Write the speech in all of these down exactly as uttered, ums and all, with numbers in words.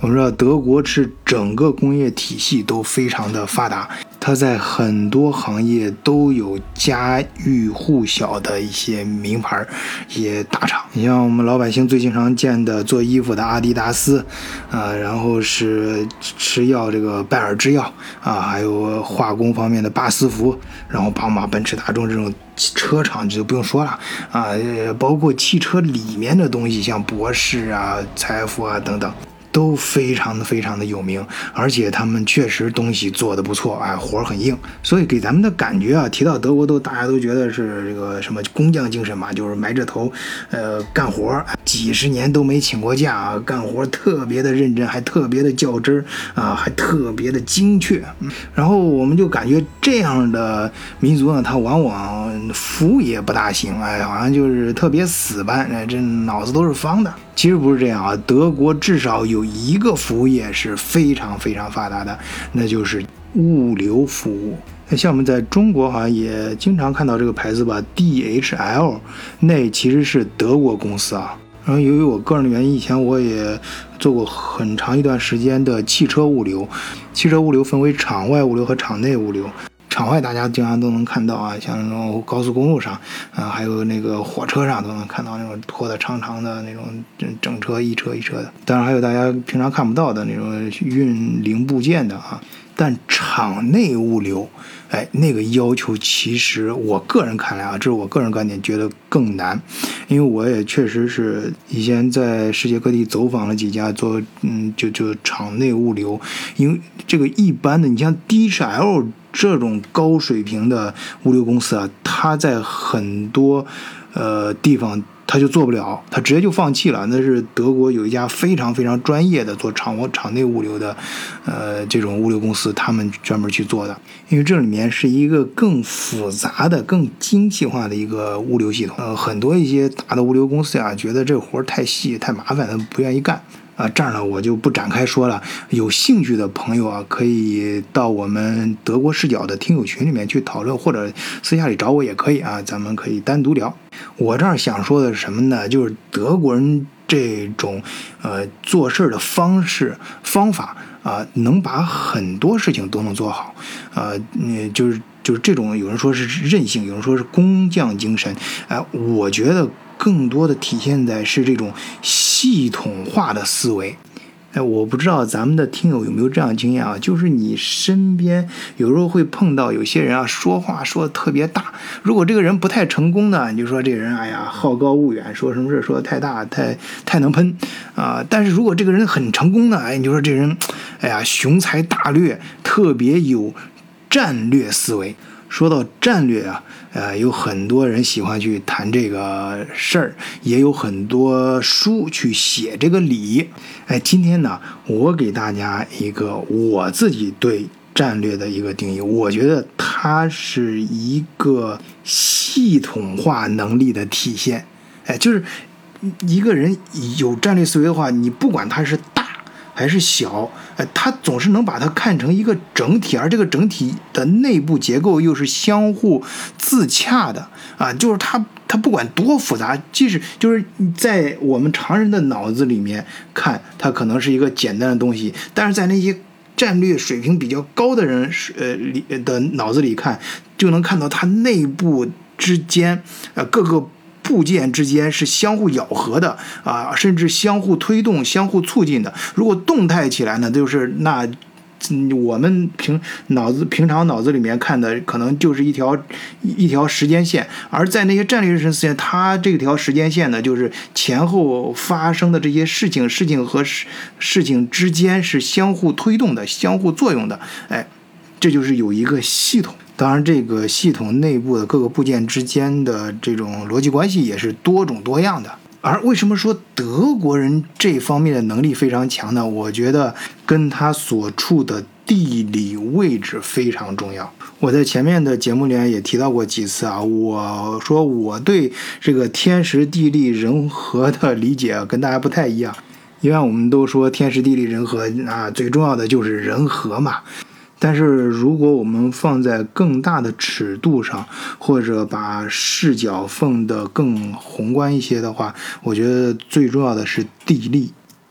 我们知道德国是整个工业体系都非常的发达，它在很多行业都有家喻户晓的一些名牌、一些大厂。你像我们老百姓最经常见的做衣服的阿迪达斯，啊，然后是吃药这个拜耳制药啊，还有化工方面的巴斯夫，然后宝马、奔驰、大众这种车厂就不用说了啊，包括汽车里面的东西，像博世啊、财富啊等等。都非常的非常的有名，而且他们确实东西做得不错，哎，活很硬，所以给咱们的感觉啊，提到德国都大家都觉得是这个什么工匠精神嘛，就是埋着头，呃，干活，几十年都没请过假啊，干活特别的认真，还特别的较真啊，还特别的精确。然后我们就感觉这样的民族呢，他往往服务业不大行，哎，好像就是特别死板，哎，这脑子都是方的。其实不是这样啊，德国至少有一个服务业是非常非常发达的，那就是物流服务。像我们在中国好像也经常看到这个牌子吧 ，D H L， 那其实是德国公司啊。然后由于我个人的原因，以前我也做过很长一段时间的汽车物流。汽车物流分为场外物流和场内物流。场外大家经常都能看到啊，像那种高速公路上啊，还有那个火车上都能看到那种拖得长长的那种整车一车一车的。当然还有大家平常看不到的那种运零部件的啊。但场内物流，哎，那个要求其实我个人看来啊，这是我个人观点，觉得更难，因为我也确实是以前在世界各地走访了几家做，嗯，就就场内物流，因为这个一般的，你像 D H L 这种高水平的物流公司啊，它在很多呃地方。他就做不了，他直接就放弃了。那是德国有一家非常非常专业的做场场内物流的，呃，这种物流公司，他们专门去做的。因为这里面是一个更复杂的、更精细化的一个物流系统。呃，很多一些大的物流公司呀，觉得这活太细、太麻烦，他不愿意干。啊，这儿呢我就不展开说了。有兴趣的朋友啊，可以到我们德国视角的听友群里面去讨论，或者私下里找我也可以啊，咱们可以单独聊。我这儿想说的是什么呢？就是德国人这种呃做事的方式方法啊、呃，能把很多事情都能做好。呃，嗯，就是就是这种，有人说是韧性，有人说是工匠精神。哎、呃，我觉得更多的体现在是这种系统化的思维。哎，我不知道咱们的听友有没有这样的经验啊？就是你身边有时候会碰到有些人啊，说话说的特别大。如果这个人不太成功呢，你就说这个人哎呀好高骛远，说什么事说的太大，太太能喷啊、呃。但是如果这个人很成功呢，哎，你就说这人哎呀雄才大略，特别有战略思维。说到战略啊，呃，有很多人喜欢去谈这个事儿，也有很多书去写这个理。哎，今天呢，我给大家一个我自己对战略的一个定义，我觉得它是一个系统化能力的体现。哎，就是一个人有战略思维的话，你不管他是大还是小，呃，他总是能把它看成一个整体，而这个整体的内部结构又是相互自洽的啊，就是它它不管多复杂，即使就是在我们常人的脑子里面看，它可能是一个简单的东西，但是在那些战略水平比较高的人呃里的脑子里看，就能看到它内部之间呃各个部件之间是相互咬合的啊，甚至相互推动、相互促进的。如果动态起来呢，就是那我们平脑子平常脑子里面看的可能就是一条一条时间线，而在那些战略人线，它这条时间线呢，就是前后发生的这些事情，事情和事事情之间是相互推动的、相互作用的。哎，这就是有一个系统。当然，这个系统内部的各个部件之间的这种逻辑关系也是多种多样的。而为什么说德国人这方面的能力非常强呢？我觉得跟他所处的地理位置非常重要。我在前面的节目里面也提到过几次啊，我说我对这个天时地利人和的理解跟大家不太一样。因为我们都说天时地利人和啊，最重要的就是人和嘛。但是如果我们放在更大的尺度上，或者把视角放得更宏观一些的话，我觉得最重要的是地利。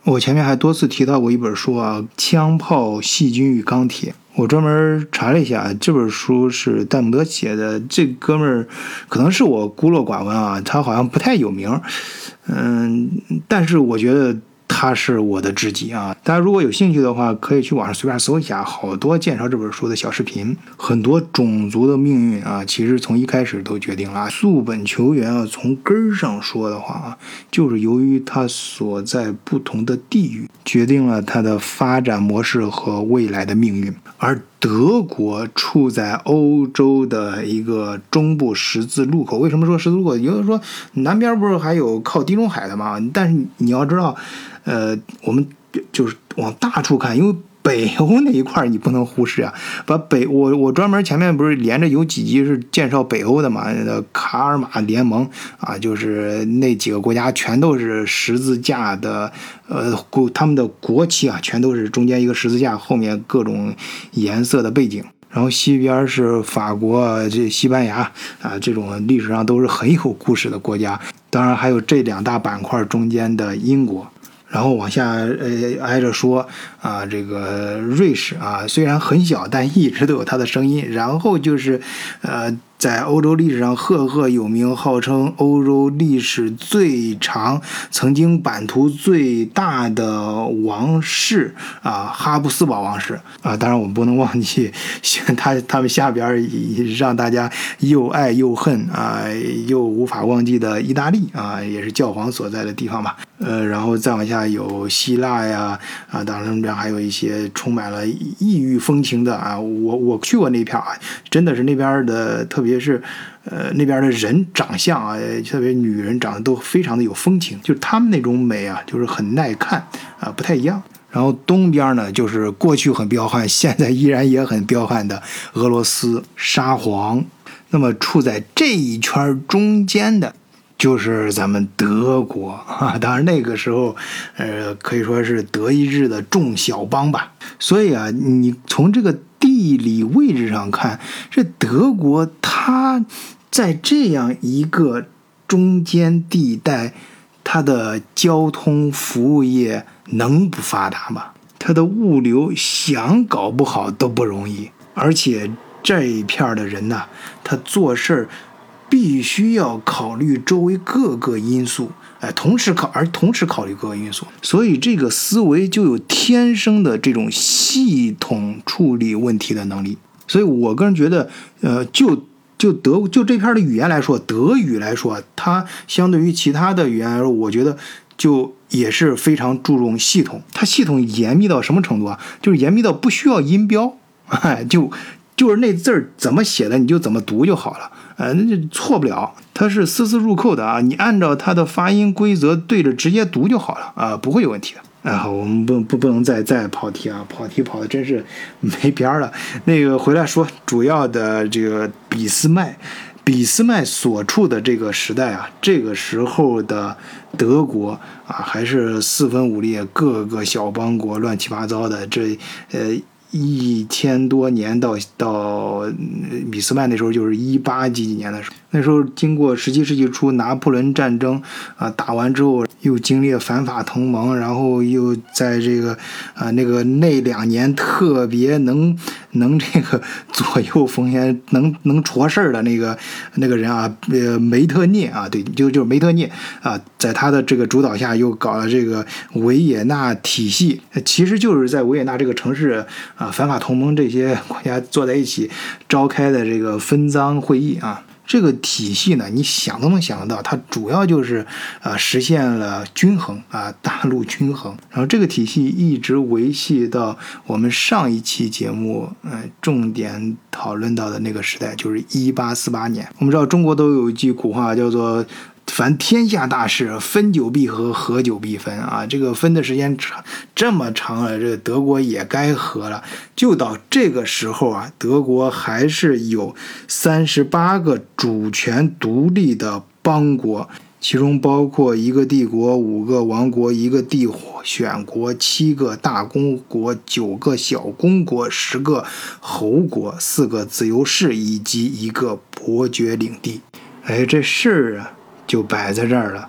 我前面还多次提到过一本书啊，《枪炮、细菌与钢铁》。我专门查了一下，这本书是戴姆德写的。这哥们儿可能是我孤陋寡闻啊，他好像不太有名，嗯，但是我觉得他是我的知己啊。大家如果有兴趣的话，可以去网上随便搜一下，好多介绍这本书的小视频。很多种族的命运啊，其实从一开始都决定了。溯本求源啊，从根儿上说的话啊，就是由于它所在不同的地域，决定了它的发展模式和未来的命运。而德国处在欧洲的一个中部十字路口。为什么说十字路口？有人说南边不是还有靠地中海的吗？但是你要知道，呃，我们就是往大处看，因为北欧那一块你不能忽视啊。把北我我专门前面不是连着有几集是介绍北欧的嘛？卡尔马联盟啊，就是那几个国家全都是十字架的，呃，他们的国旗啊，全都是中间一个十字架，后面各种颜色的背景。然后西边是法国、这西班牙啊，这种历史上都是很有故事的国家。当然还有这两大板块中间的英国。然后往下呃挨着说啊，这个瑞士啊，虽然很小，但一直都有它的声音。然后就是呃在欧洲历史上赫赫有名，号称欧洲历史最长、曾经版图最大的王室啊，哈布斯堡王室啊。当然我们不能忘记他他们下边让大家又爱又恨啊，又无法忘记的意大利啊，也是教皇所在的地方吧。呃，然后再往下有希腊呀，啊，当然这边还有一些充满了异域风情的啊。我我去过那片啊，真的是那边的，特别是呃那边的人长相啊，特别女人长得都非常的有风情，就是他们那种美啊，就是很耐看啊，不太一样。然后东边呢，就是过去很彪悍，现在依然也很彪悍的俄罗斯沙皇。那么处在这一圈中间的，就是咱们德国啊，当然那个时候，呃，可以说是德意志的众小邦吧。所以啊，你从这个地理位置上看，这德国它在这样一个中间地带，它的交通服务业能不发达吗？它的物流想搞不好都不容易，而且这一片的人呢，他做事儿必须要考虑周围各个因素，哎，同时考而同时考虑各个因素，所以这个思维就有天生的这种系统处理问题的能力。所以我个人觉得，呃，就就德就这片的语言来说，德语来说，它相对于其他的语言来说，我觉得就也是非常注重系统。它系统严密到什么程度啊？就是严密到不需要音标，哎，就就是那字儿怎么写的你就怎么读就好了。呃，那就错不了，它是丝丝入扣的啊！你按照它的发音规则对着直接读就好了啊，不会有问题的。哎，好，我们不不不能再再跑题啊，跑题跑的真是没边了。那个回来说主要的这个俾斯麦，俾斯麦所处的这个时代啊，这个时候的德国啊，还是四分五裂，各个小邦国乱七八糟的，这呃。一千多年到到俾斯麦那时候就是一八几几年的时候，那时候经过十七世纪初拿破仑战争啊打完之后，又经历了反法同盟，然后又在这个啊那个那两年特别能能这个左右逢源，能能戳事儿的那个那个人啊，呃梅特涅啊，对，就就是梅特涅啊，在他的这个主导下又搞了这个维也纳体系，其实就是在维也纳这个城市。啊，反法同盟这些国家坐在一起召开的这个分赃会议啊，这个体系呢，你想都能想得到，它主要就是啊实现了均衡啊，大陆均衡。然后这个体系一直维系到我们上一期节目嗯、呃、重点讨论到的那个时代，就是一八四八年。我们知道中国都有一句古话叫做凡天下大事，分久必合，合久必分啊！这个分的时间长这么长了，这个德国也该合了。就到这个时候啊，德国还是有三十八个主权独立的邦国，其中包括一个帝国、五个王国、一个帝选国、七个大公国、九个小公国、十个侯国、四个自由市以及一个伯爵领地。哎，这事儿啊！就摆在这儿了，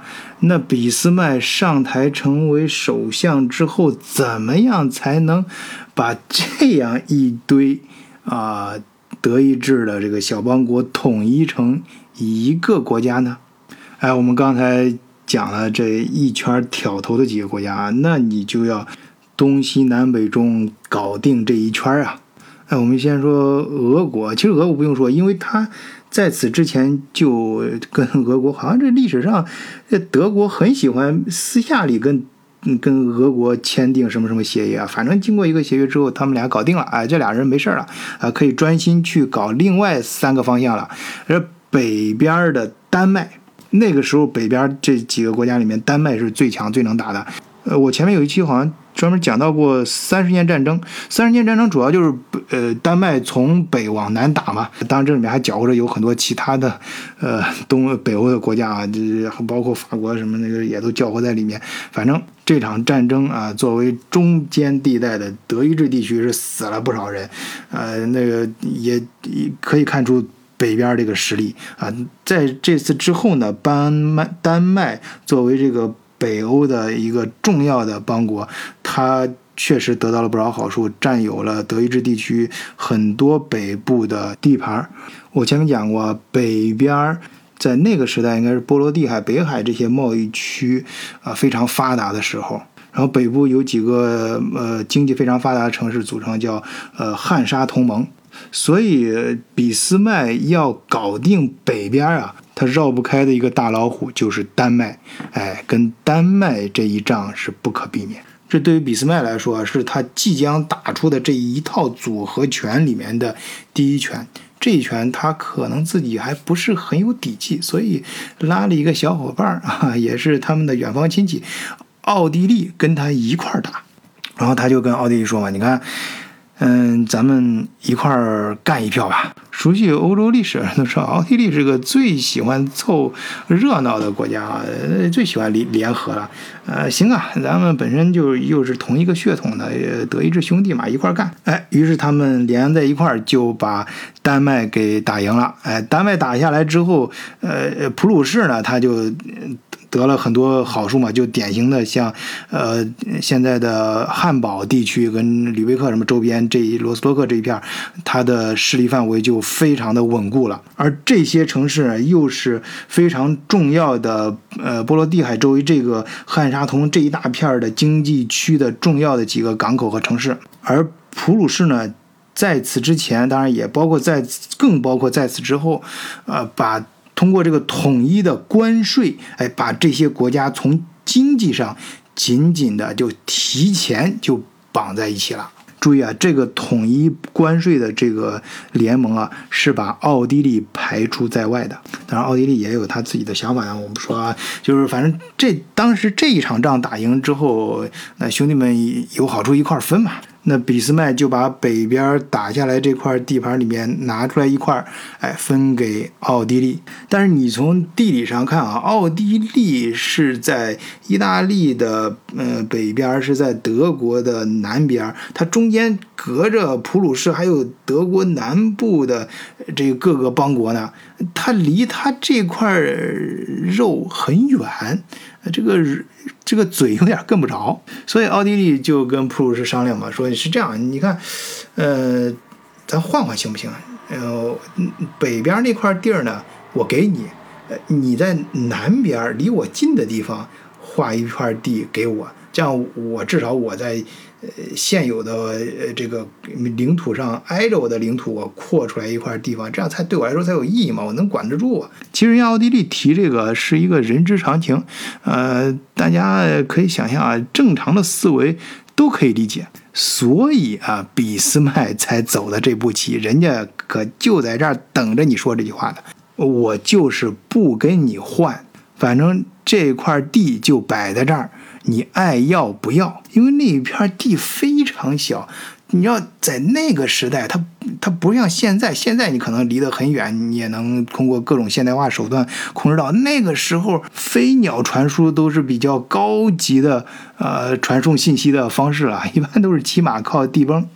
那俾斯麦上台成为首相之后，怎么样才能把这样一堆啊、呃、德意志的这个小邦国统一成一个国家呢？哎，我们刚才讲了这一圈挑头的几个国家，那你就要东西南北中搞定这一圈啊。哎，我们先说俄国，其实俄国不用说，因为它在此之前就跟俄国好像这历史上，德国很喜欢私下里跟跟俄国签订什么什么协议啊，反正经过一个协议之后，他们俩搞定了，哎，这俩人没事了啊，可以专心去搞另外三个方向了。而北边的丹麦，那个时候北边这几个国家里面，丹麦是最强最能打的。呃，我前面有一期好像专门讲到过三十年战争，三十年战争主要就是呃丹麦从北往南打嘛，当然这里面还搅和着有很多其他的呃东北欧的国家啊，就是包括法国什么那个也都搅和在里面。反正这场战争啊，作为中间地带的德意志地区是死了不少人，呃，那个也可以看出北边这个实力啊。在这次之后呢，丹麦丹麦作为这个北欧的一个重要的邦国，它确实得到了不少好处，占有了德意志地区很多北部的地盘。我前面讲过，北边在那个时代应该是波罗的海、北海这些贸易区啊、呃、非常发达的时候，然后北部有几个呃经济非常发达的城市组成叫呃汉沙同盟，所以俾斯麦要搞定北边啊，他绕不开的一个大老虎就是丹麦，哎，跟丹麦这一仗是不可避免。这对于俾斯麦来说，是他即将打出的这一套组合拳里面的第一拳。这一拳他可能自己还不是很有底气，所以拉了一个小伙伴啊，也是他们的远房亲戚，奥地利跟他一块打。然后他就跟奥地利说嘛，你看。嗯，咱们一块儿干一票吧。熟悉欧洲历史都知道，奥地利是个最喜欢凑热闹的国家，最喜欢联联合了。呃，行啊，咱们本身就又是同一个血统的德意志兄弟嘛，一块儿干。哎，于是他们连在一块儿就把丹麦给打赢了。哎，丹麦打下来之后，呃，普鲁士呢，他就得了很多好处嘛，就典型的像呃现在的汉堡地区跟吕贝克什么周边这一罗斯托克这一片，它的势力范围就非常的稳固了。而这些城市又是非常重要的呃波罗的海周围这个汉沙同这一大片的经济区的重要的几个港口和城市。而普鲁士呢，在此之前，当然也包括在更包括在此之后，呃把通过这个统一的关税，哎，把这些国家从经济上紧紧的就提前就绑在一起了。注意啊，这个统一关税的这个联盟啊，是把奥地利排除在外的。当然，奥地利也有他自己的想法啊。我们说啊，就是反正这当时这一场仗打赢之后，那兄弟们有好处一块分嘛。那俾斯麦就把北边打下来这块地盘里面拿出来一块，哎，分给奥地利。但是你从地理上看啊，奥地利是在意大利的呃北边，是在德国的南边，它中间隔着普鲁士还有德国南部的这个各个邦国呢，它离它这块肉很远。这个这个嘴有点跟不着，所以奥地利就跟普鲁士商量嘛，说是这样，你看，呃，咱换换行不行？呃，北边那块地儿呢，我给你，呃，你在南边离我近的地方划一块地给我，这样我至少我在呃现有的呃这个领土上挨着我的领土，我扩出来一块地方，这样才对我来说才有意义嘛，我能管得住啊。其实人家奥地利提这个是一个人之常情，呃，大家可以想象啊，正常的思维都可以理解，所以啊，俾斯麦才走的这步棋，人家可就在这儿等着你说这句话的。我就是不跟你换，反正这块地就摆在这儿，你爱要不要？因为那一片地非常小，你要在那个时代，它它不像现在，现在你可能离得很远，你也能通过各种现代化手段控制到。那个时候，飞鸟传输都是比较高级的呃传送信息的方式了，一般都是骑马靠地崩。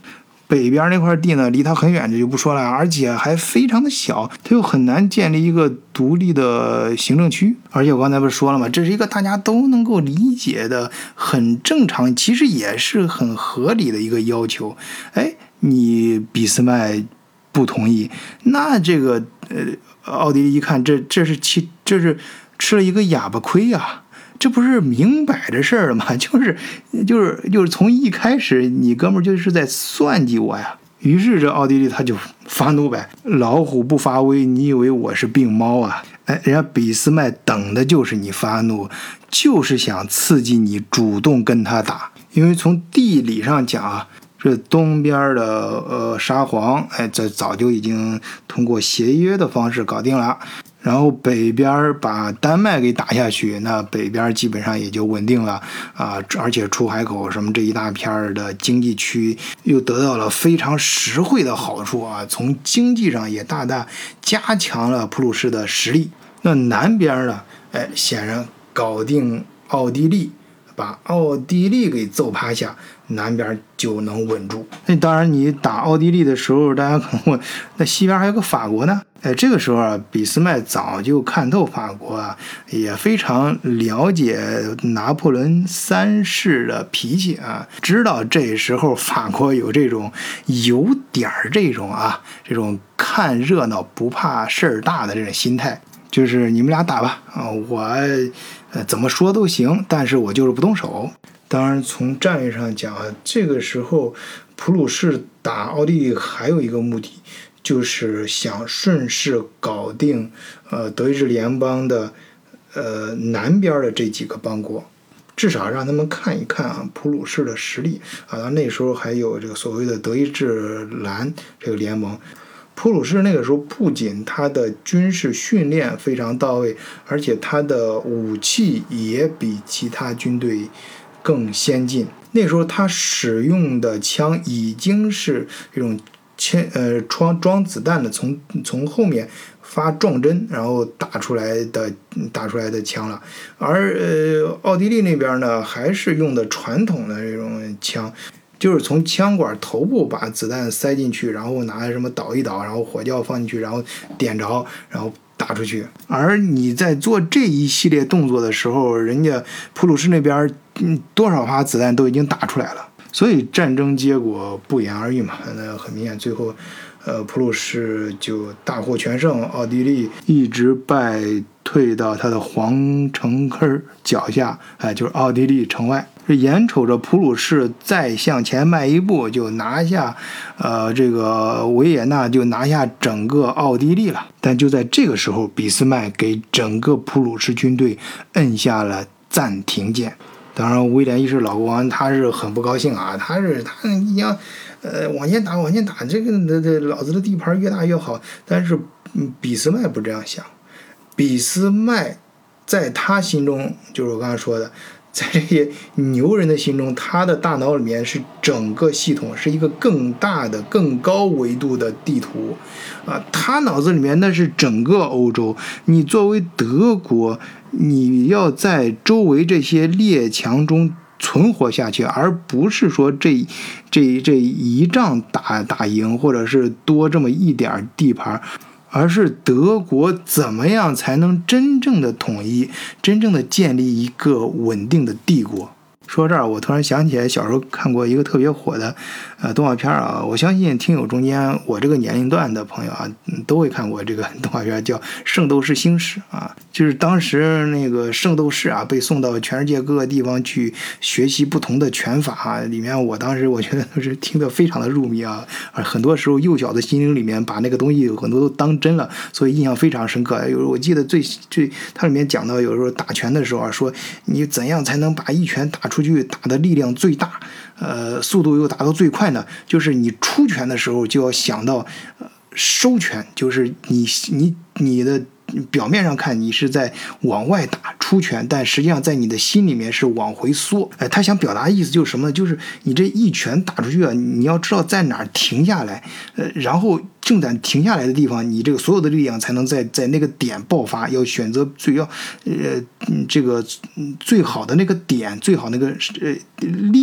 北边那块地呢，离它很远，这就不说了，而且还非常的小，它又很难建立一个独立的行政区。而且我刚才不是说了吗？这是一个大家都能够理解的、很正常，其实也是很合理的一个要求。哎，你俾斯麦不同意，那这个呃，奥地利一看，这这是其这是吃了一个哑巴亏啊！这不是明摆着事儿了吗？就是就是就是从一开始，你哥们儿就是在算计我呀。于是这奥地利他就发怒呗，老虎不发威，你以为我是病猫啊？哎，人家俾斯麦等的就是你发怒，就是想刺激你主动跟他打。因为从地理上讲啊，这东边的呃沙皇，哎，这早就已经通过协约的方式搞定了。然后北边把丹麦给打下去，那北边基本上也就稳定了啊！而且出海口什么这一大片的经济区又得到了非常实惠的好处啊，从经济上也大大加强了普鲁士的实力。那南边呢，哎，显然搞定奥地利，把奥地利给揍趴下，南边就能稳住。那当然，你打奥地利的时候，大家可能问，那西边还有个法国呢？哎，这个时候啊，俾斯麦早就看透法国啊，也非常了解拿破仑三世的脾气啊，知道这时候法国有这种有点儿这种啊，这种看热闹不怕事儿大的这种心态，就是你们俩打吧啊，我呃怎么说都行，但是我就是不动手。当然，从战略上讲啊，这个时候普鲁士打奥地利还有一个目的，就是想顺势搞定呃德意志联邦的呃南边的这几个邦国，至少让他们看一看啊普鲁士的实力啊。那时候还有这个所谓的德意志兰这个联盟。普鲁士那个时候不仅他的军事训练非常到位，而且他的武器也比其他军队更先进。那时候他使用的枪已经是这种枪呃装装子弹的，从从后面发撞针然后打出来的打出来的枪了。而呃奥地利那边呢，还是用的传统的这种枪。就是从枪管头部把子弹塞进去，然后拿什么倒一倒，然后火药放进去，然后点着，然后打出去。而你在做这一系列动作的时候，人家普鲁士那边嗯多少发子弹都已经打出来了，所以战争结果不言而喻嘛。那很明显，最后呃普鲁士就大获全胜，奥地利一直败退到他的皇城根脚下，哎，就是奥地利城外。这眼瞅着普鲁士再向前迈一步，就拿下，呃，这个维也纳，就拿下整个奥地利了。但就在这个时候，俾斯麦给整个普鲁士军队摁下了暂停键。当然，威廉一世老国王他是很不高兴啊，他是他一样，呃，往前打，往前打，这个这这老子的地盘越大越好。但是，嗯，俾斯麦不这样想，俾斯麦在他心中，就是我刚才说的。在这些牛人的心中，他的大脑里面是整个系统，是一个更大的、更高维度的地图，啊，他脑子里面那是整个欧洲。你作为德国，你要在周围这些列强中存活下去，而不是说这这这一仗打打赢，或者是多这么一点地盘。而是德国怎么样才能真正的统一，真正的建立一个稳定的帝国。说这儿，我突然想起来，小时候看过一个特别火的呃动画片啊，我相信听友中间我这个年龄段的朋友啊，都会看过这个动画片，叫《圣斗士星矢》啊。就是当时那个圣斗士啊，被送到全世界各个地方去学习不同的拳法啊，里面我当时我觉得都是听得非常的入迷啊，而很多时候幼小的心灵里面把那个东西有很多都当真了，所以印象非常深刻。有时候我记得最最它里面讲到，有时候打拳的时候啊，说你怎样才能把一拳打出去，打的力量最大，呃，速度又达到最快呢？就是你出拳的时候就要想到，呃，收拳，就是你你你的表面上看你是在往外打出拳，但实际上在你的心里面是往回缩。哎，他想表达的意思就是什么呢？就是你这一拳打出去啊，你要知道在哪儿停下来，呃，然后正在停下来的地方，你这个所有的力量才能在在那个点爆发。要选择最要呃这个最好的那个点，最好那个呃力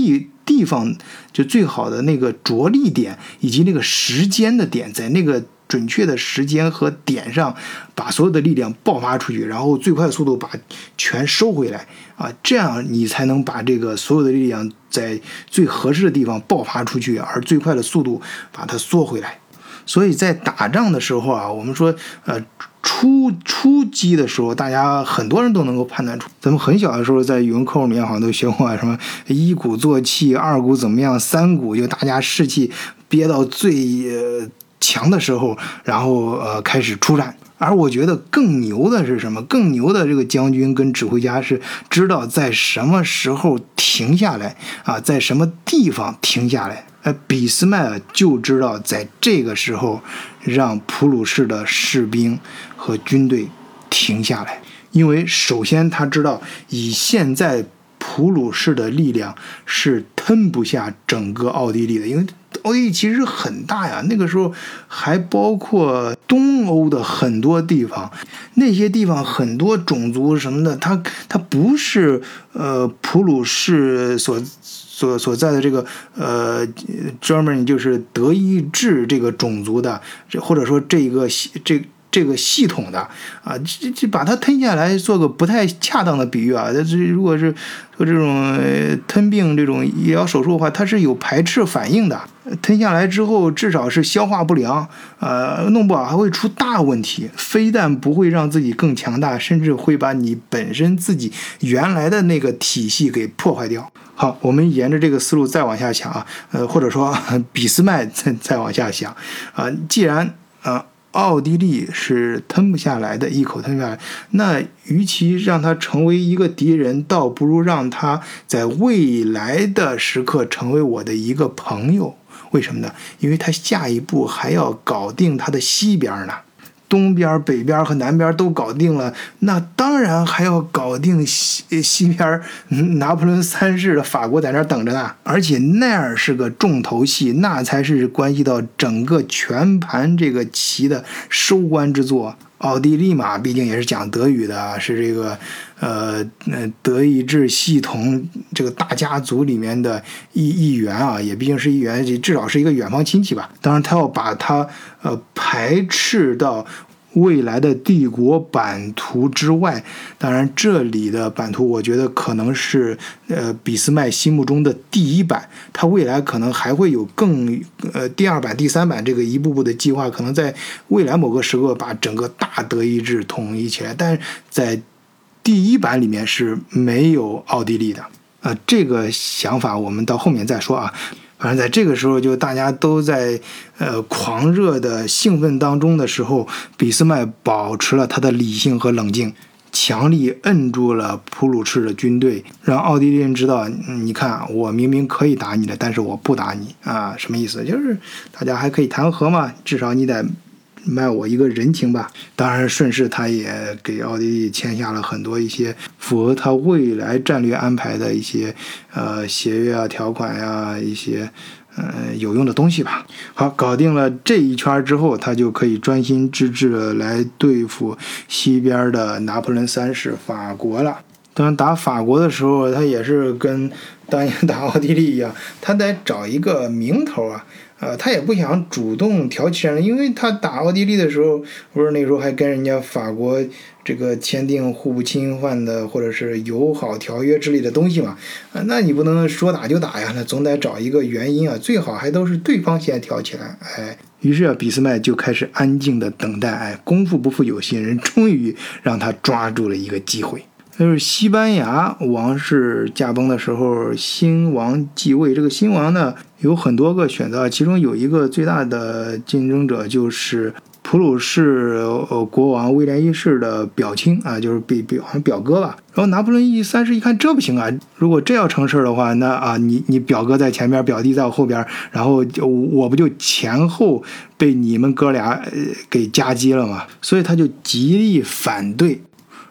地方就最好的那个着力点以及那个时间的点，在那个准确的时间和点上把所有的力量爆发出去，然后最快的速度把全收回来啊，这样你才能把这个所有的力量在最合适的地方爆发出去，而最快的速度把它缩回来。所以在打仗的时候啊，我们说呃出出击的时候，大家很多人都能够判断出。咱们很小的时候在语文课本里面好像都学过、啊、什么一鼓作气，二鼓怎么样，三鼓就大家士气憋到最呃强的时候，然后呃开始出战。而我觉得更牛的是什么？更牛的这个将军跟指挥家是知道在什么时候停下来啊，在什么地方停下来。呃，俾斯麦尔就知道在这个时候让普鲁士的士兵和军队停下来，因为首先他知道以现在普鲁士的力量是吞不下整个奥地利的，因为奥地利其实很大呀，那个时候还包括东欧的很多地方，那些地方很多种族什么的，它它不是呃普鲁士所所所在的这个呃 Germany 就是德意志这个种族的，或者说这个这这个系统的啊，这这把它吞下来，做个不太恰当的比喻啊。这如果是说这种、呃、吞并这种医疗手术的话，它是有排斥反应的。吞下来之后，至少是消化不良，呃，弄不好还会出大问题。非但不会让自己更强大，甚至会把你本身自己原来的那个体系给破坏掉。好，我们沿着这个思路再往下想啊，呃，或者说俾斯麦再再往下想啊、呃，既然啊。呃奥地利是吞不下来的，一口吞下来，那与其让他成为一个敌人，倒不如让他在未来的时刻成为我的一个朋友。为什么呢？因为他下一步还要搞定他的西边呢，东边、北边和南边都搞定了，那当然还要搞定西西边拿破仑三世的法国在那儿等着呢。而且那儿是个重头戏，那才是关系到整个全盘这个棋的收官之作。奥地利嘛，毕竟也是讲德语的，是这个呃德意志系统这个大家族里面的一一员啊，也毕竟是一员，至少是一个远方亲戚吧。当然，他要把他呃排斥到未来的帝国版图之外。当然这里的版图我觉得可能是呃俾斯麦心目中的第一版，他未来可能还会有更呃第二版第三版，这个一步步的计划可能在未来某个时刻把整个大德意志统一起来，但在第一版里面是没有奥地利的。呃这个想法我们到后面再说啊。反正在这个时候，就大家都在呃狂热的兴奋当中的时候，俾斯麦保持了他的理性和冷静，强力摁住了普鲁士的军队，让奥地利人知道，嗯、你看我明明可以打你的，但是我不打你啊，什么意思？就是大家还可以谈和嘛，至少你得卖我一个人情吧。当然顺势他也给奥地利签下了很多一些符合他未来战略安排的一些呃协约啊、条款呀、啊、一些呃有用的东西吧。好，搞定了这一圈之后，他就可以专心致志的来对付西边的拿破仑三世法国了。当然打法国的时候，他也是跟当年打奥地利一样，他得找一个名头啊。呃，他也不想主动挑起战争，因为他打奥地利的时候，不是那时候还跟人家法国这个签订互不侵犯的或者是友好条约之类的东西嘛，啊，那你不能说打就打呀，那总得找一个原因啊，最好还都是对方先挑起来，哎，于是啊，俾斯麦就开始安静的等待，哎，功夫不负有心人，终于让他抓住了一个机会。就是西班牙王室驾崩的时候，新王继位。这个新王呢有很多个选择，其中有一个最大的竞争者就是普鲁士呃国王威廉一世的表亲啊，就是比比好像表哥吧。然后拿破仑一三世一看这不行啊，如果这要成事的话，那啊你你表哥在前边，表弟在我后边，然后就我不就前后被你们哥俩、呃、给夹击了吗？所以他就极力反对。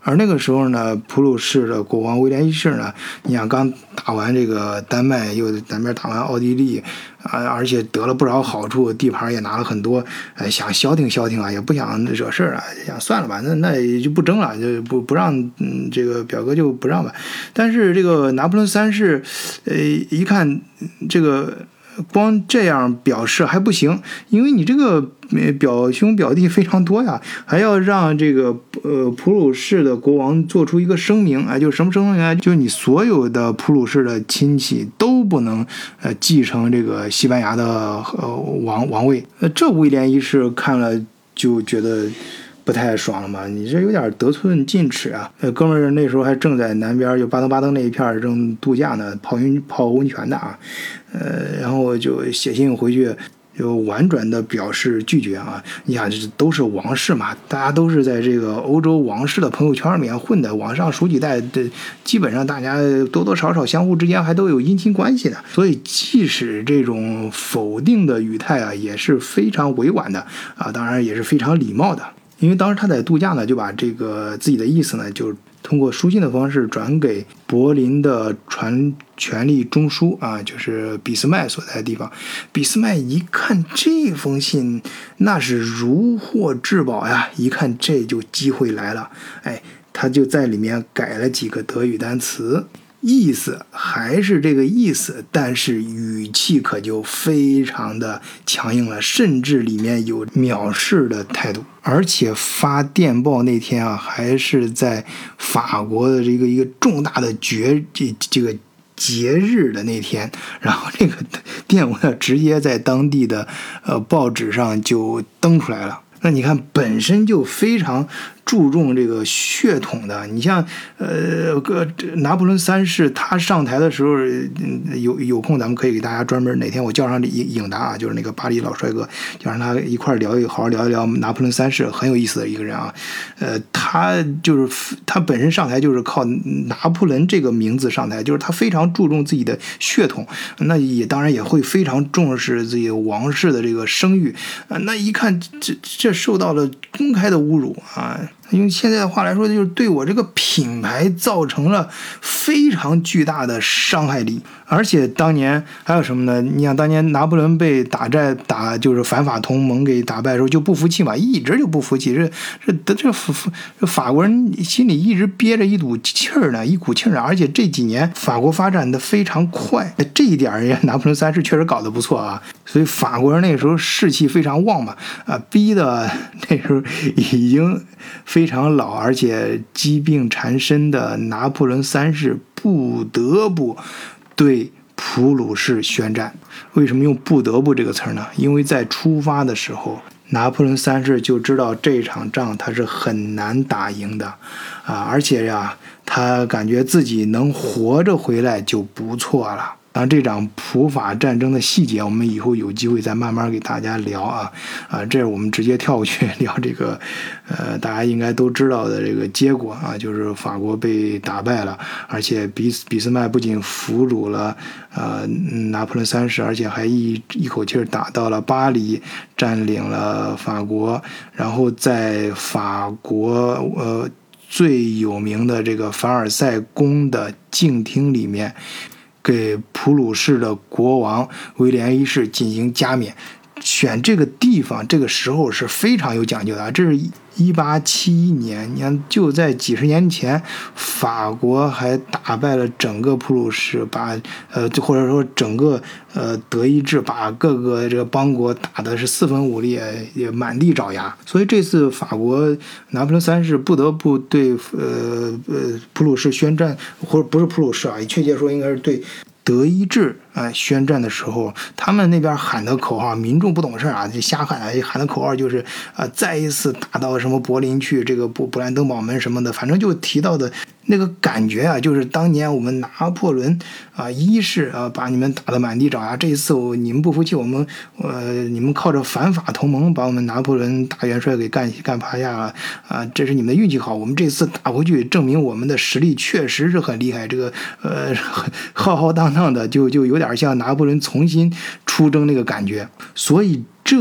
而那个时候呢，普鲁士的国王威廉一世呢，你想刚打完这个丹麦，又南边打完奥地利，啊，而且得了不少好处，地盘也拿了很多，呃，想消停消停啊，也不想惹事啊，想算了吧，那那也就不争了，就不不让，嗯，这个表哥就不让吧。但是这个拿破仑三世，呃，一看这个。光这样表示还不行，因为你这个表兄表弟非常多呀，还要让这个呃普鲁士的国王做出一个声明，哎，就什么声明啊？就你所有的普鲁士的亲戚都不能呃继承这个西班牙的呃王王位。呃，这威廉一世看了就觉得不太爽了嘛，你这有点得寸进尺啊！呃，哥们儿那时候还正在南边就巴登巴登那一片正度假呢，泡温泡温泉的啊，呃，然后就写信回去，就婉转的表示拒绝啊！你想，这都是王室嘛，大家都是在这个欧洲王室的朋友圈里面混的，往上数几代，这基本上大家多多少少相互之间还都有姻亲关系的，所以即使这种否定的语态啊，也是非常委婉的啊，当然也是非常礼貌的。因为当时他在度假呢，就把这个自己的意思呢，就通过书信的方式转给柏林的传权力中枢啊，就是俾斯麦所在的地方。俾斯麦一看这封信，那是如获至宝呀！一看这就机会来了，哎，他就在里面改了几个德语单词。意思还是这个意思，但是语气可就非常的强硬了，甚至里面有藐视的态度。而且发电报那天啊，还是在法国的这个一个重大的节这这个节日的那天，然后这个电文直接在当地的呃报纸上就登出来了。那你看，本身就非常注重这个血统的，你像呃个拿破仑三世他上台的时候，有有空咱们可以给大家专门哪天我叫上影影达啊，就是那个巴黎老帅哥，就让他一块聊一好好聊一聊拿破仑三世，很有意思的一个人啊。呃，他就是他本身上台就是靠拿破仑这个名字上台，就是他非常注重自己的血统，那也当然也会非常重视自己王室的这个声誉啊。那一看这这受到了公开的侮辱啊。用现在的话来说，就是对我这个品牌造成了非常巨大的伤害力。而且当年还有什么呢？你想当年拿破仑被打败打就是反法同盟给打败的时候就不服气嘛，一直就不服气。这这这这这法国人心里一直憋着一股气儿呢，一股气儿。而且这几年法国发展的非常快，这一点也拿破仑三世确实搞得不错啊。所以法国人那个时候士气非常旺嘛，啊，逼的那时候已经非常老而且疾病缠身的拿破仑三世不得不对普鲁士宣战。为什么用不得不这个词呢？因为在出发的时候，拿破仑三世就知道这场仗他是很难打赢的啊，而且呀，他感觉自己能活着回来就不错了。当然，这场普法战争的细节，我们以后有机会再慢慢给大家聊啊啊！这我们直接跳过去聊这个，呃，大家应该都知道的这个结果啊，就是法国被打败了，而且俾俾斯麦不仅俘虏了呃拿破仑三世，而且还一一口气打到了巴黎，占领了法国，然后在法国呃最有名的这个凡尔赛宫的镜厅里面，给普鲁士的国王威廉一世进行加冕。选这个地方这个时候是非常有讲究的，这是一八七一年，你看就在几十年前，法国还打败了整个普鲁士，把呃或者说整个呃德意志，把各个这个邦国打的是四分五裂，也满地找牙。所以这次法国拿破仑三世不得不对呃呃普鲁士宣战，或者不是普鲁士啊，确切说应该是对德意志啊、呃、宣战的时候，他们那边喊的口号，民众不懂事啊，就瞎喊啊，喊的口号就是啊、呃，再一次打到什么柏林去，这个布勃兰登堡门什么的，反正就提到的那个感觉啊，就是当年我们拿破仑啊、呃、一世啊把你们打得满地找牙，这一次我你们不服气，我们呃你们靠着反法同盟把我们拿破仑大元帅给干干趴下了啊，这是你们的运气好，我们这次打回去，证明我们的实力确实是很厉害，这个呃浩浩荡荡的，就就有点像拿破仑重新出征那个感觉，所以这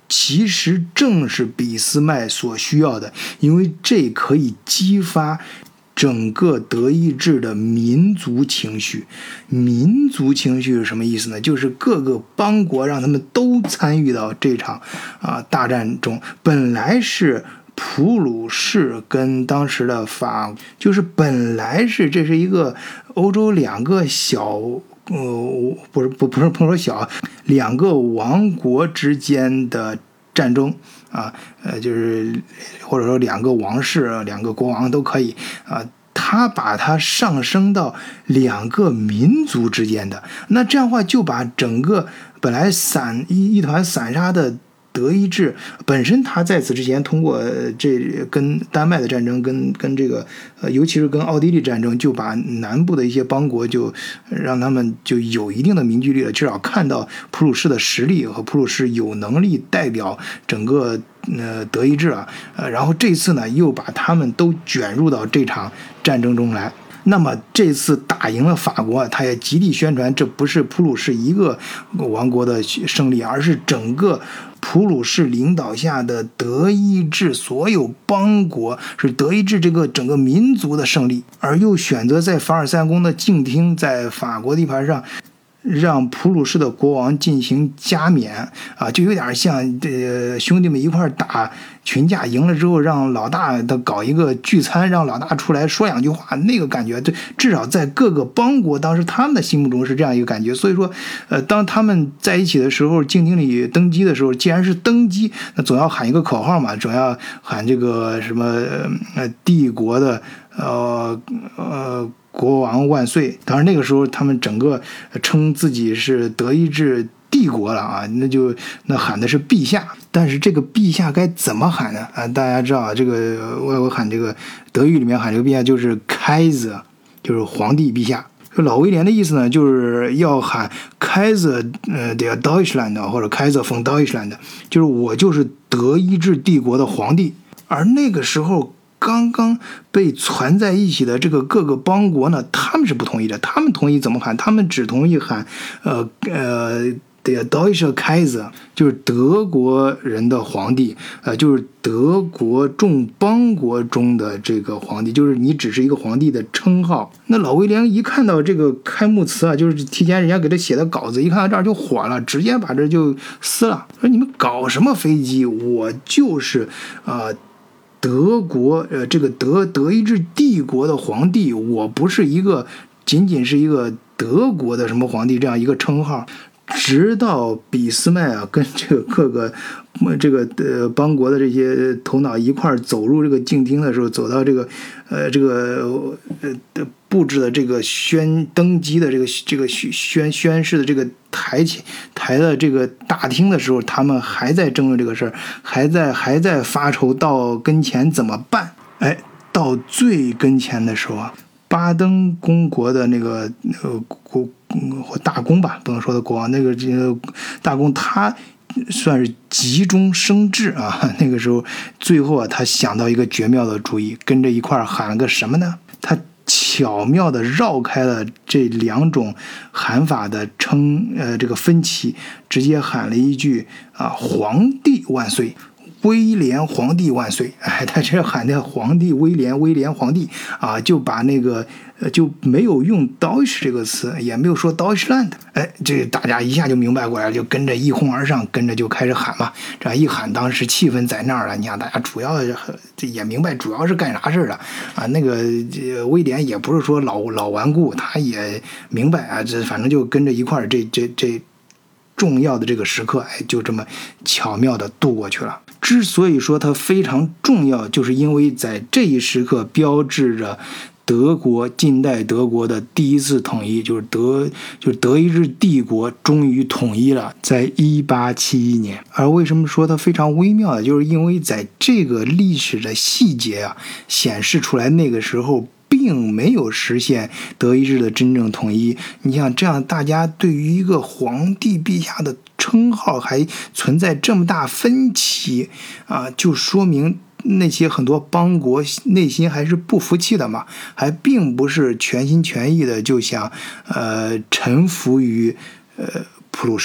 其实正是俾斯麦所需要的，因为这可以激发整个德意志的民族情绪。民族情绪是什么意思呢？就是各个邦国让他们都参与到这场啊大战中。本来是普鲁士跟当时的法，就是本来是这是一个欧洲两个小呃不是不不是不说小两个王国之间的战争啊，呃就是或者说两个王室两个国王都可以啊。他把它上升到两个民族之间的，那这样的话就把整个本来散一一团散沙的德意志本身，他在此之前通过这跟丹麦的战争，跟跟这个呃，尤其是跟奥地利战争，就把南部的一些邦国就让他们就有一定的凝聚力了，至少看到普鲁士的实力和普鲁士有能力代表整个呃德意志啊，呃，然后这次呢又把他们都卷入到这场战争中来。那么这次打赢了法国，他也极力宣传这不是普鲁士一个王国的胜利，而是整个普鲁士领导下的德意志所有邦国，是德意志这个整个民族的胜利。而又选择在凡尔赛宫的静厅，在法国地盘上让普鲁士的国王进行加冕啊，就有点像呃兄弟们一块打群架，赢了之后让老大的搞一个聚餐，让老大出来说两句话，那个感觉，对，至少在各个邦国当时他们的心目中是这样一个感觉。所以说，呃，当他们在一起的时候，静厅里登基的时候，既然是登基，那总要喊一个口号嘛，总要喊这个什么呃帝国的呃呃。国王万岁！当然那个时候他们整个称自己是德意志帝国了啊，那就那喊的是陛下。但是这个陛下该怎么喊呢？啊，大家知道这个我我喊这个德语里面喊这个陛下就是 Kaiser， 就是皇帝陛下。老威廉的意思呢，就是要喊 Kaiser 呃 der Deutschland 或者 Kaiser von Deutschland， 就是我就是德意志帝国的皇帝。而那个时候刚刚被攒在一起的这个各个邦国呢，他们是不同意的。他们同意怎么喊？他们只同意喊呃呃 der Deutsche Kaiser， 就是德国人的皇帝，呃，就是德国众邦国中的这个皇帝，就是你只是一个皇帝的称号。那老威廉一看到这个开幕词啊，就是提前人家给他写的稿子，一看到这儿就火了，直接把这就撕了，说你们搞什么飞机？我就是啊。呃德国，呃，这个德德意志帝国的皇帝，我不是一个仅仅是一个德国的什么皇帝这样一个称号。直到俾斯麦啊跟这个各个这个呃邦国的这些头脑一块走入这个静厅的时候，走到这个呃这个呃布置的这个宣登基的这个这个宣宣誓的这个台前台的这个大厅的时候，他们还在争论这个事儿，还在还在发愁到跟前怎么办。哎，到最跟前的时候啊，巴登公国的那个呃国大公吧，不能说的国王，那个这个大公他算是急中生智啊。那个时候最后啊，他想到一个绝妙的主意，跟着一块喊了个什么呢？他巧妙地绕开了这两种喊法的称呃这个分歧，直接喊了一句啊，皇帝万岁，威廉皇帝万岁！哎，他这喊的皇帝威廉，威廉皇帝啊，就把那个呃就没有用 Deutsch 这个词，也没有说 Deutschland。哎，这大家一下就明白过来了，就跟着一哄而上，跟着就开始喊嘛。这样一喊，当时气氛在那儿了。你想，大家主要这也明白主要是干啥事的啊？那个威廉也不是说老老顽固，他也明白啊，这反正就跟着一块儿，这这这重要的这个时刻，哎，就这么巧妙地度过去了。之所以说它非常重要，就是因为在这一时刻标志着德国近代德国的第一次统一，就是德就是德意志帝国终于统一了，在一八七一年。而为什么说它非常微妙的，就是因为在这个历史的细节啊，显示出来那个时候并没有实现德意志的真正统一。你想这样，大家对于一个皇帝陛下的称号还存在这么大分歧啊，就说明那些很多邦国内心还是不服气的嘛，还并不是全心全意的就想呃臣服于呃普鲁士。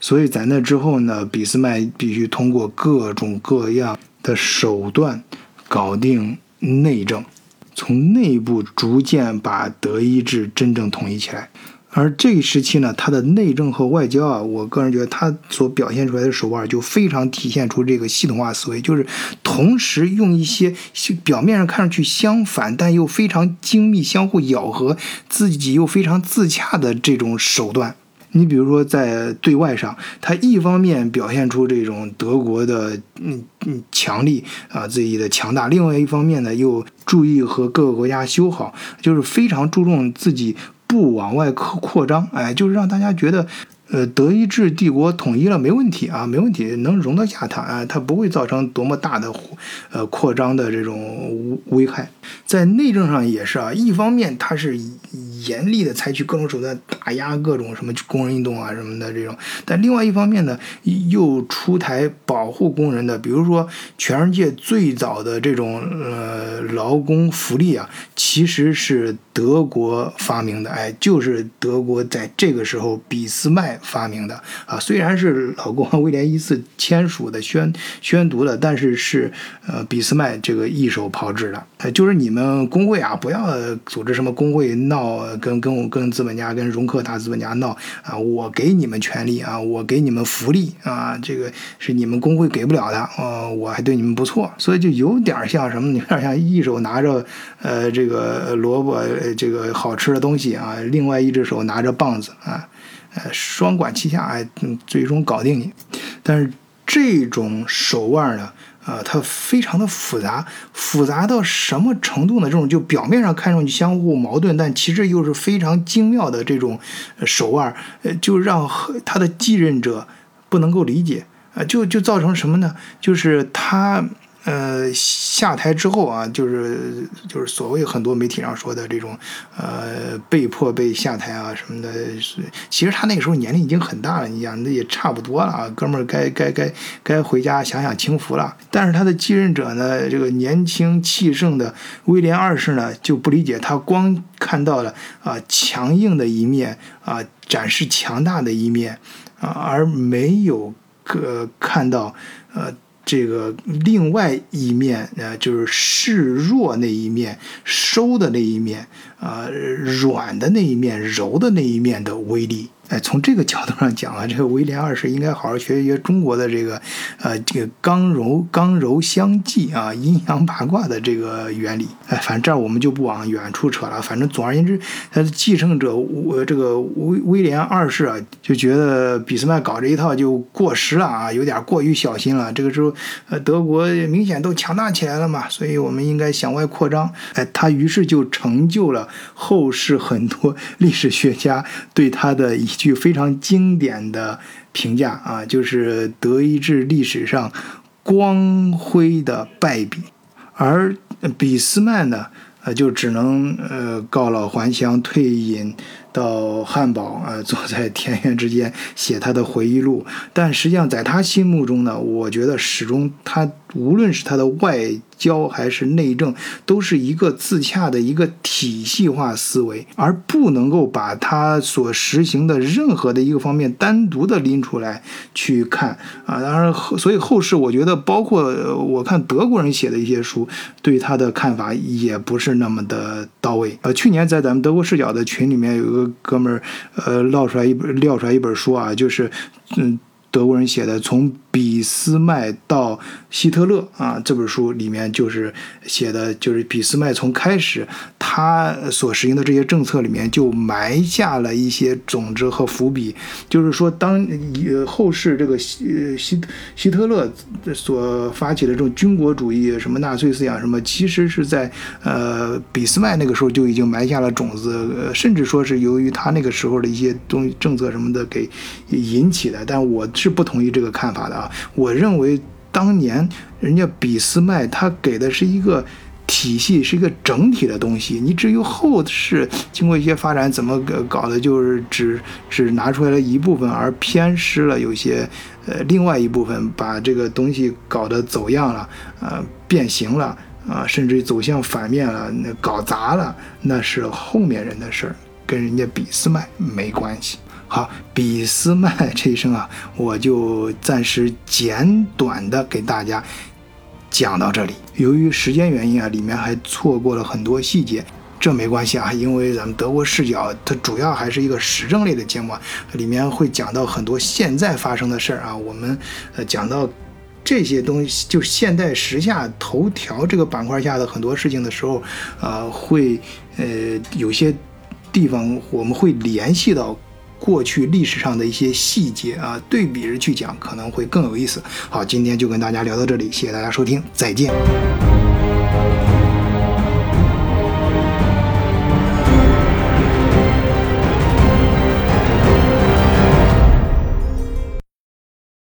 所以在那之后呢，俾斯麦必须通过各种各样的手段搞定内政，从内部逐渐把德意志真正统一起来。而这一时期呢，他的内政和外交啊，我个人觉得他所表现出来的手腕就非常体现出这个系统化思维，就是同时用一些表面上看上去相反但又非常精密、相互咬合、自己又非常自洽的这种手段。你比如说在对外上，他一方面表现出这种德国的嗯嗯强力啊，自己的强大，另外一方面呢又注意和各个国家修好，就是非常注重自己不往外扩扩张，哎，就是让大家觉得呃，德意志帝国统一了没问题啊，没问题，能容得下它啊，它不会造成多么大的呃扩张的这种危害。在内政上也是啊，一方面它是严厉的采取各种手段打压各种什么工人运动啊什么的这种，但另外一方面呢，又出台保护工人的，比如说全世界最早的这种呃劳工福利啊，其实是德国发明的，哎，就是德国在这个时候俾斯麦发明的啊，虽然是老国王威廉一世签署的宣宣读的，但是是呃俾斯麦这个一手炮制的，呃，就是你们工会啊，不要组织什么工会闹，跟跟我跟资本家跟容克大资本家闹啊，我给你们权利啊，我给你们福利啊，这个是你们工会给不了的，呃，我还对你们不错，所以就有点像什么，有点像一手拿着呃这个萝卜这个好吃的东西啊，另外一只手拿着棒子啊。呃，双管齐下，哎，最终搞定你。但是这种手腕呢，呃，它非常的复杂，复杂到什么程度呢？这种就表面上看上去相互矛盾，但其实又是非常精妙的这种手腕，呃，就让他的继任者不能够理解，呃，就就造成什么呢？就是他。呃，下台之后啊，就是就是所谓很多媒体上说的这种，呃，被迫被下台啊什么的。其实他那个时候年龄已经很大了，你想那也差不多了啊，哥们儿该该该该回家享享清福了。但是他的继任者呢，这个年轻气盛的威廉二世呢就不理解，他光看到了啊强硬的一面啊，展示强大的一面啊，而没有呃看到呃。这个另外一面，呃，就是示弱那一面、收的那一面、呃，软的那一面、柔的那一面的威力。哎，从这个角度上讲啊，这个威廉二世应该好好学一学中国的这个，呃，这个刚柔刚柔相济啊，阴阳八卦的这个原理。哎，反正这儿我们就不往远处扯了。反正总而言之，他的继承者，呃，这个威威廉二世啊，就觉得俾斯麦搞这一套就过时了啊，有点过于小心了。这个时候，呃，德国明显都强大起来了嘛，所以我们应该向外扩张。哎，他于是就成就了后世很多历史学家对他的一句非常经典的评价啊，就是德意志历史上光辉的败笔。而俾斯麦呢，呃，就只能呃告老还乡，退隐到汉堡啊、呃，坐在田园之间写他的回忆录。但实际上，在他心目中呢，我觉得始终他无论是他的外交还是内政，都是一个自洽的一个体系化思维，而不能够把他所实行的任何的一个方面单独的拎出来去看啊。当然，所以后世我觉得，包括我看德国人写的一些书，对他的看法也不是那么的到位。呃，去年在咱们德国视角的群里面有个哥们儿，呃，撂出来一本撂出来一本书啊，就是嗯。德国人写的《从俾斯麦到希特勒》啊，这本书里面就是写的，就是俾斯麦从开始他所实行的这些政策里面就埋下了一些种子和伏笔，就是说当呃后世这个希希希特勒所发起的这种军国主义、什么纳粹思想什么，其实是在呃俾斯麦那个时候就已经埋下了种子，呃，甚至说是由于他那个时候的一些东西政策什么的给引起的，但我是不同意这个看法的啊！我认为当年人家俾斯麦他给的是一个体系，是一个整体的东西。你至于后世经过一些发展怎么搞的，就是只只拿出来了一部分，而偏失了有些呃另外一部分，把这个东西搞得走样了，呃变形了啊、呃，甚至走向反面了，那搞砸了，那是后面人的事儿，跟人家俾斯麦没关系。 好，俾斯麦这一生啊，我就暂时简短的给大家讲到这里。由于时间原因啊，里面还错过了很多细节，这没关系啊，因为咱们德国视角它主要还是一个时政类的节目，里面会讲到很多现在发生的事儿啊。我们呃讲到这些东西，就现代时下头条这个板块下的很多事情的时候，呃，会呃有些地方我们会联系到过去历史上的一些细节啊，对比着去讲可能会更有意思。好，今天就跟大家聊到这里，谢谢大家收听，再见。